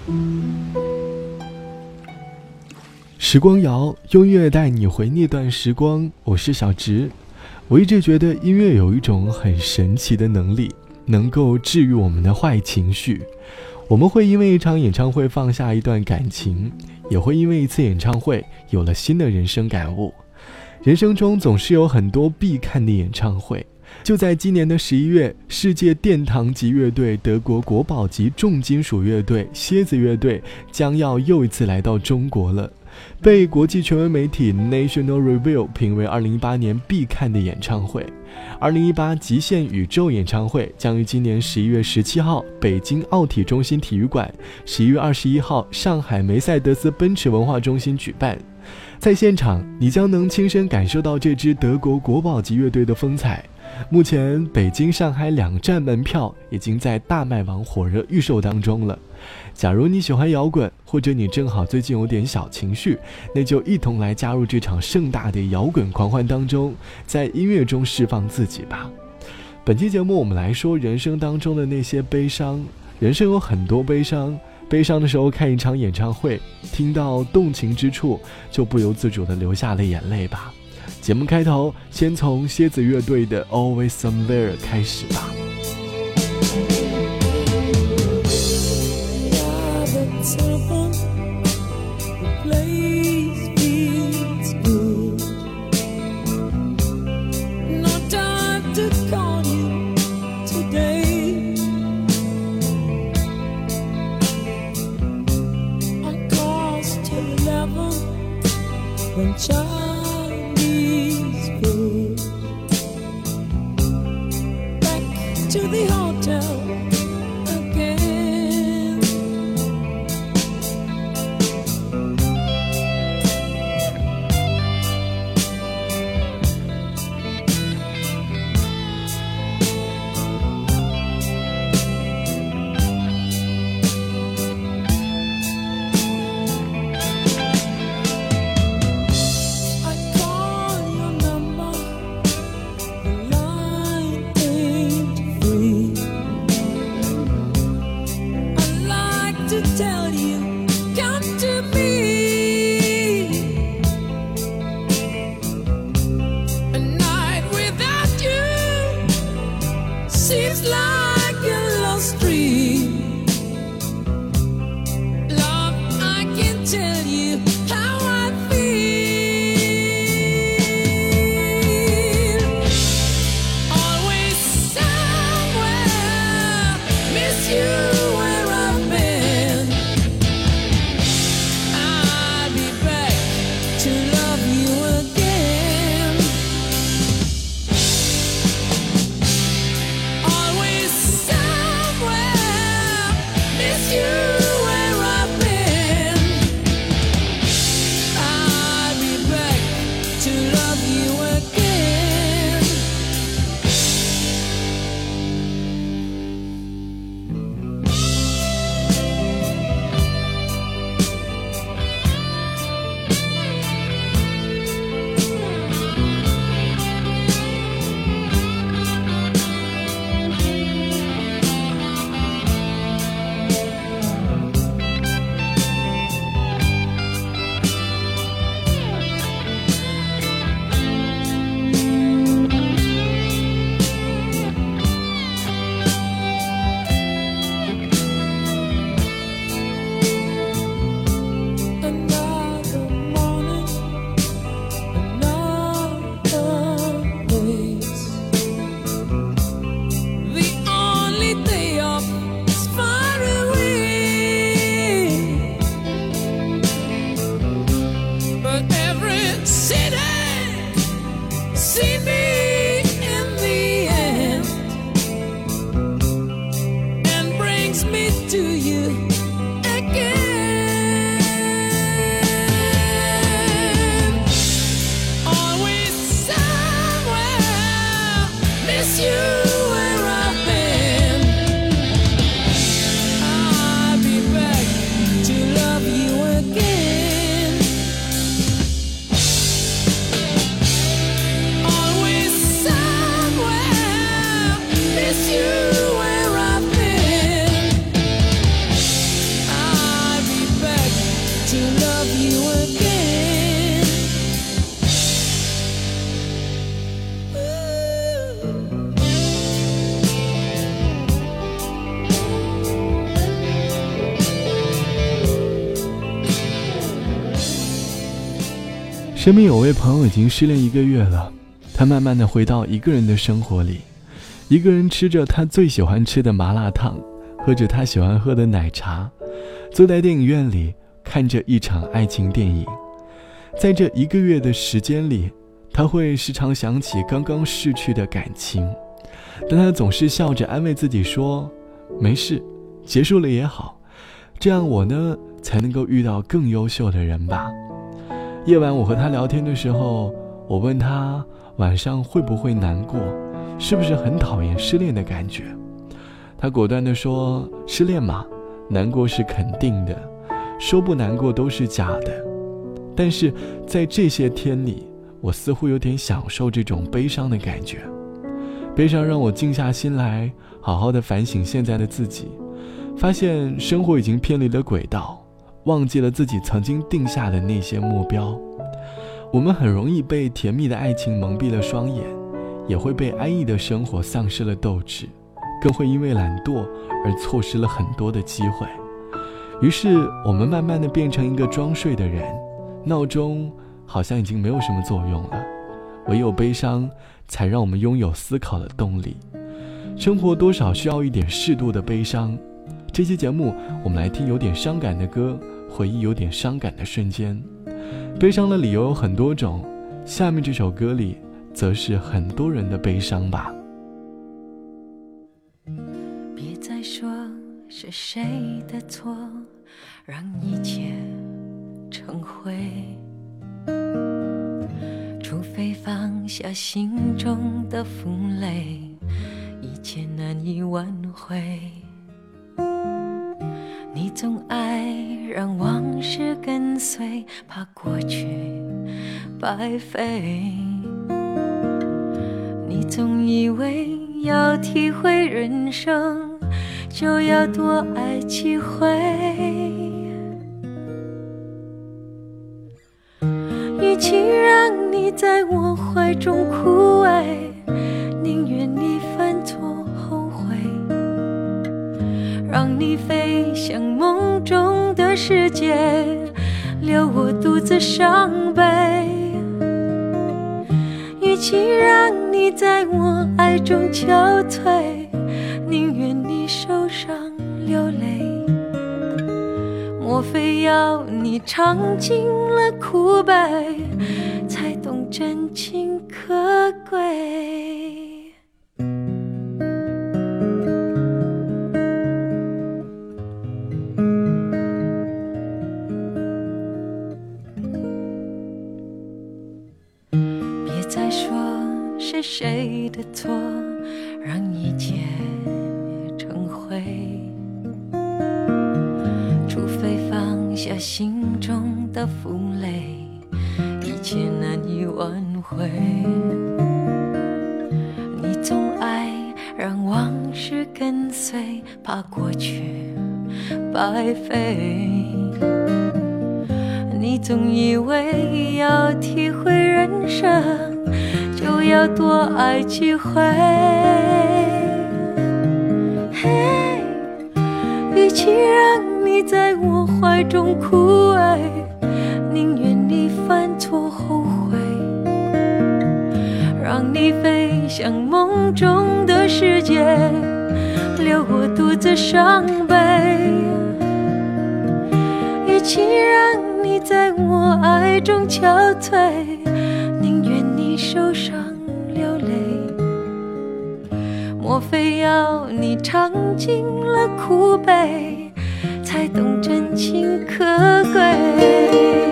时光谣，用音乐带你回那段时光。我是小直。我一直觉得音乐有一种很神奇的能力，能够治愈我们的坏情绪。我们会因为一场演唱会放下一段感情，也会因为一次演唱会有了新的人生感悟。人生中总是有很多必看的演唱会。就在今年的11月，世界殿堂级乐队德国国宝级重金属乐队蝎子乐队将要又一次来到中国了，被国际权威媒体 National Review 评为2018年必看的演唱会。2018极限宇宙演唱会将于今年11月17号北京奥体中心体育馆，11月21号上海梅赛德斯奔驰文化中心举办。在现场，你将能亲身感受到这支德国国宝级乐队的风采。目前北京、上海2站门票已经在大麦网火热预售当中了。假如你喜欢摇滚，或者你正好最近有点小情绪，那就一同来加入这场盛大的摇滚狂欢当中，在音乐中释放自己吧。本期节目我们来说人生当中的那些悲伤。人生有很多悲伤，悲伤的时候看一场演唱会，听到动情之处就不由自主地流下了眼泪吧。节目开头先从蝎子乐队的 Always Somewhere 开始吧。 To the hotel again. I call your number, the line ain't free. I'd like to tell you, come to me. A night without you seems like a lost dream. Love, I can tell you how I feel. Always somewhere, miss you where I've been. I'll be back to love you again. Always somewhere, miss you where I've been. I'll be back to love you again. Another morning, another place. The only day off is far away, but every city see me in the end and brings me to you again. Always somewhere, miss you where I've been. I'll be back to love you again. Always somewhere, miss you where I've been. I'll 身边有位朋友已经失恋1个月了，他慢慢的回到一个人的生活里，一个人吃着他最喜欢吃的麻辣烫，喝着他喜欢喝的奶茶，坐在电影院里看着一场爱情电影。在这1个月的时间里，他会时常想起刚刚逝去的感情，但他总是笑着安慰自己说，没事，结束了也好，这样我呢才能够遇到更优秀的人吧。夜晚我和他聊天的时候，我问他晚上会不会难过，是不是很讨厌失恋的感觉。他果断地说，失恋嘛，难过是肯定的，说不难过都是假的。但是在这些天里，我似乎有点享受这种悲伤的感觉。悲伤让我静下心来，好好的反省现在的自己，发现生活已经偏离了轨道，忘记了自己曾经定下的那些目标。我们很容易被甜蜜的爱情蒙蔽了双眼，也会被安逸的生活丧失了斗志，更会因为懒惰而错失了很多的机会。于是我们慢慢的变成一个装睡的人，闹钟好像已经没有什么作用了，唯有悲伤才让我们拥有思考的动力。生活多少需要一点适度的悲伤。这期节目我们来听有点伤感的歌，回忆有点伤感的瞬间。悲伤的理由有很多种，下面这首歌里则是很多人的悲伤吧。 别再说是谁的错，让一切成灰，除非放下心中的负累，一切难以挽回。你总爱让往事跟随，怕过去白费。你总以为要体会人生，就要多爱几回。与其让你在我怀中枯萎，宁愿你犯错后悔，让你飞向梦中的世界，留我独自伤悲。与其让你在我爱中憔悴，宁愿你受伤流泪。莫非要你尝尽了苦悲，才懂真情可贵？别再说是谁的错，让一切成灰。除非放下心中的负累，一切难以挽回。你总爱让往事跟随，怕过去白费。你总以为要体会人生，就要多爱几回。与其让你在我怀中枯萎，宁愿你犯错后悔，让你飞向梦中的世界，留我独自伤悲。与其让你在我爱中憔悴，宁愿你受伤流泪。莫非要你尝尽了苦悲，才懂真情可贵？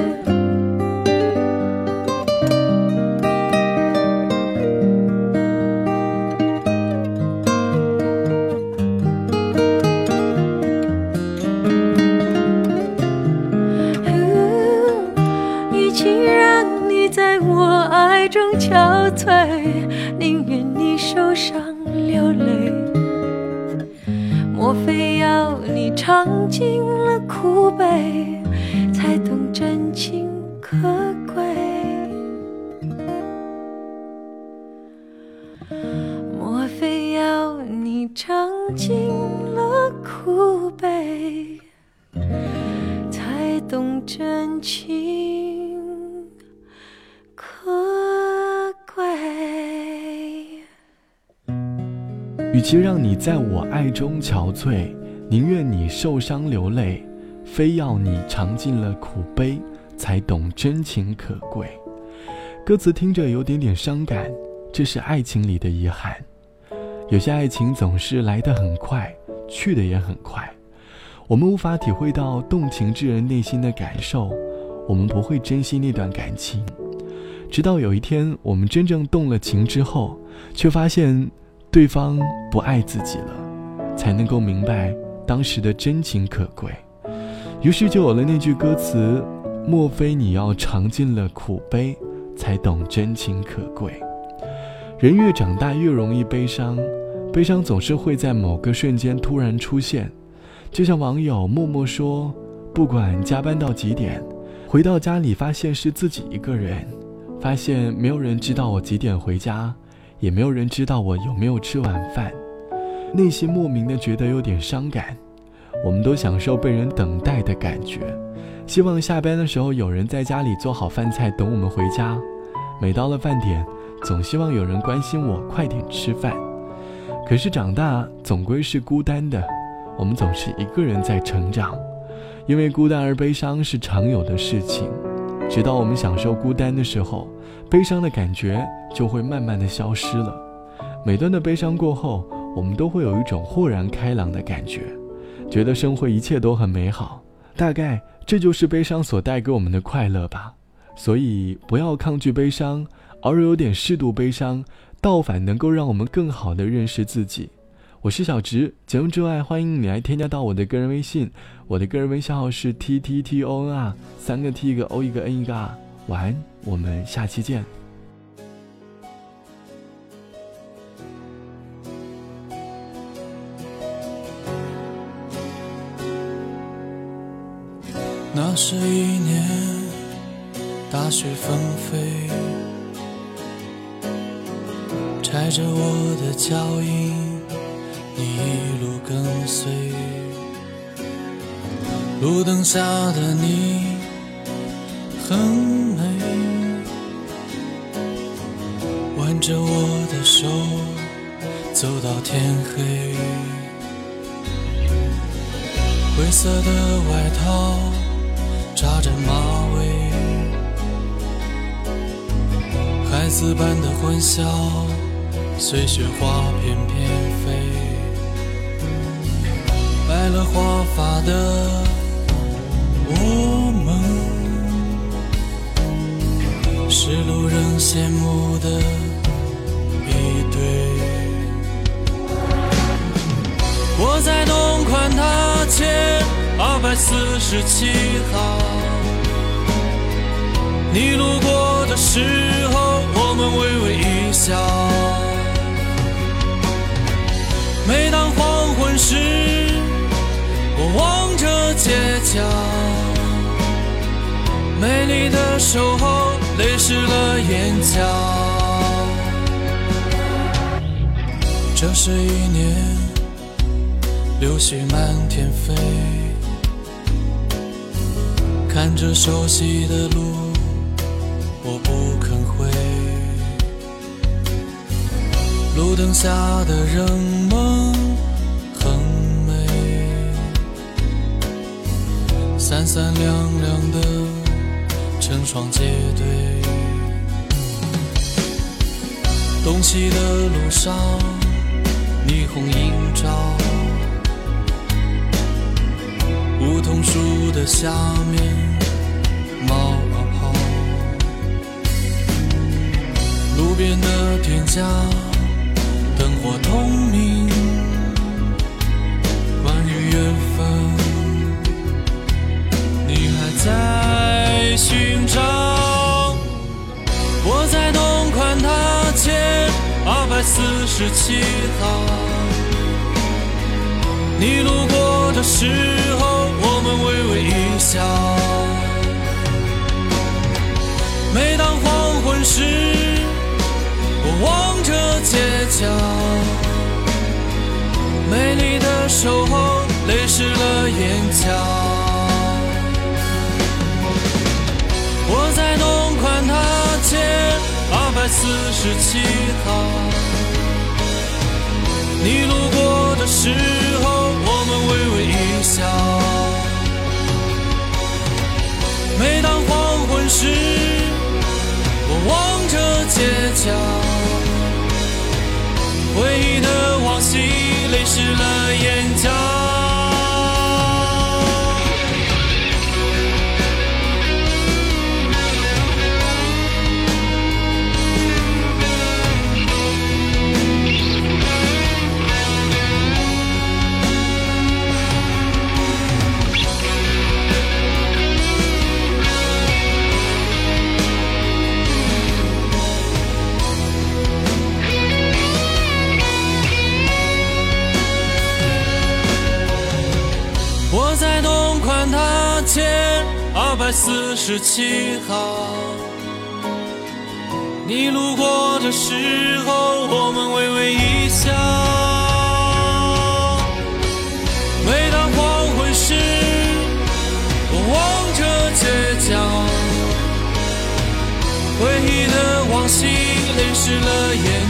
与其让你在我爱中憔悴，宁愿你受伤流泪。莫非要你尝尽了苦悲，才懂真情可贵？莫非要你尝尽了苦悲，才懂真情与其让你在我爱中憔悴，宁愿你受伤流泪，非要你尝尽了苦悲，才懂真情可贵。歌词听着有点伤感，这是爱情里的遗憾。有些爱情总是来得很快，去得也很快，我们无法体会到动情之人内心的感受，我们不会珍惜那段感情，直到有一天我们真正动了情之后，却发现对方不爱自己了，才能够明白当时的真情可贵。于是就有了那句歌词，莫非你要尝尽了苦悲，才懂真情可贵。人越长大越容易悲伤，悲伤总是会在某个瞬间突然出现。就像网友默默说，不管加班到几点，回到家里发现是自己一个人，发现没有人知道我几点回家，也没有人知道我有没有吃晚饭，内心莫名的觉得有点伤感。我们都享受被人等待的感觉，希望下班的时候有人在家里做好饭菜等我们回家，每到了饭点总希望有人关心我快点吃饭。可是长大总归是孤单的，我们总是一个人在成长，因为孤单而悲伤是常有的事情，直到我们享受孤单的时候，悲伤的感觉就会慢慢的消失了。每段的悲伤过后，我们都会有一种豁然开朗的感觉，觉得生活一切都很美好，大概这就是悲伤所带给我们的快乐吧。所以不要抗拒悲伤，偶尔有点适度悲伤，倒反能够让我们更好地认识自己。我是小直，节目之外欢迎你来添加到我的个人微信，我的个人微信号是 TTTONR， 3个 T 一个 O 一个 N 一个 R。 晚安，我们下期见。 那是一年大雪纷飞，踩着我的脚印，你一路跟随。路灯下的你很美，挽着我的手走到天黑。灰色的外套扎着马尾，孩子般的欢笑随雪花翩翩飞。白了华发的我们，是路人羡慕的一对。我在东款大街247号，你路过的时候，我们微微一笑。每当黄昏时，我望着街角，美丽的守候泪湿了眼角。这是一年流星满天飞，看着熟悉的路我不肯回。路灯下的人们很美，三三两两的成双结对。东西的路上霓虹映照，梧桐树的下面猫儿跑。路边的店家灯火通明，关于缘分你还在寻找。我在东款大街247号，你路过的时候，我们微微一笑。每当黄昏时，我望着街角，美丽的守候泪湿了眼角。我在东款大街247号， 你路过的时候，我们微微一笑。每当黄昏时，我望着街角，回忆的往昔泪湿了眼角。我在东宽大街247号，你路过的时候，我们微微一笑。每当黄昏时，我望着街角，回忆的往昔泪湿了眼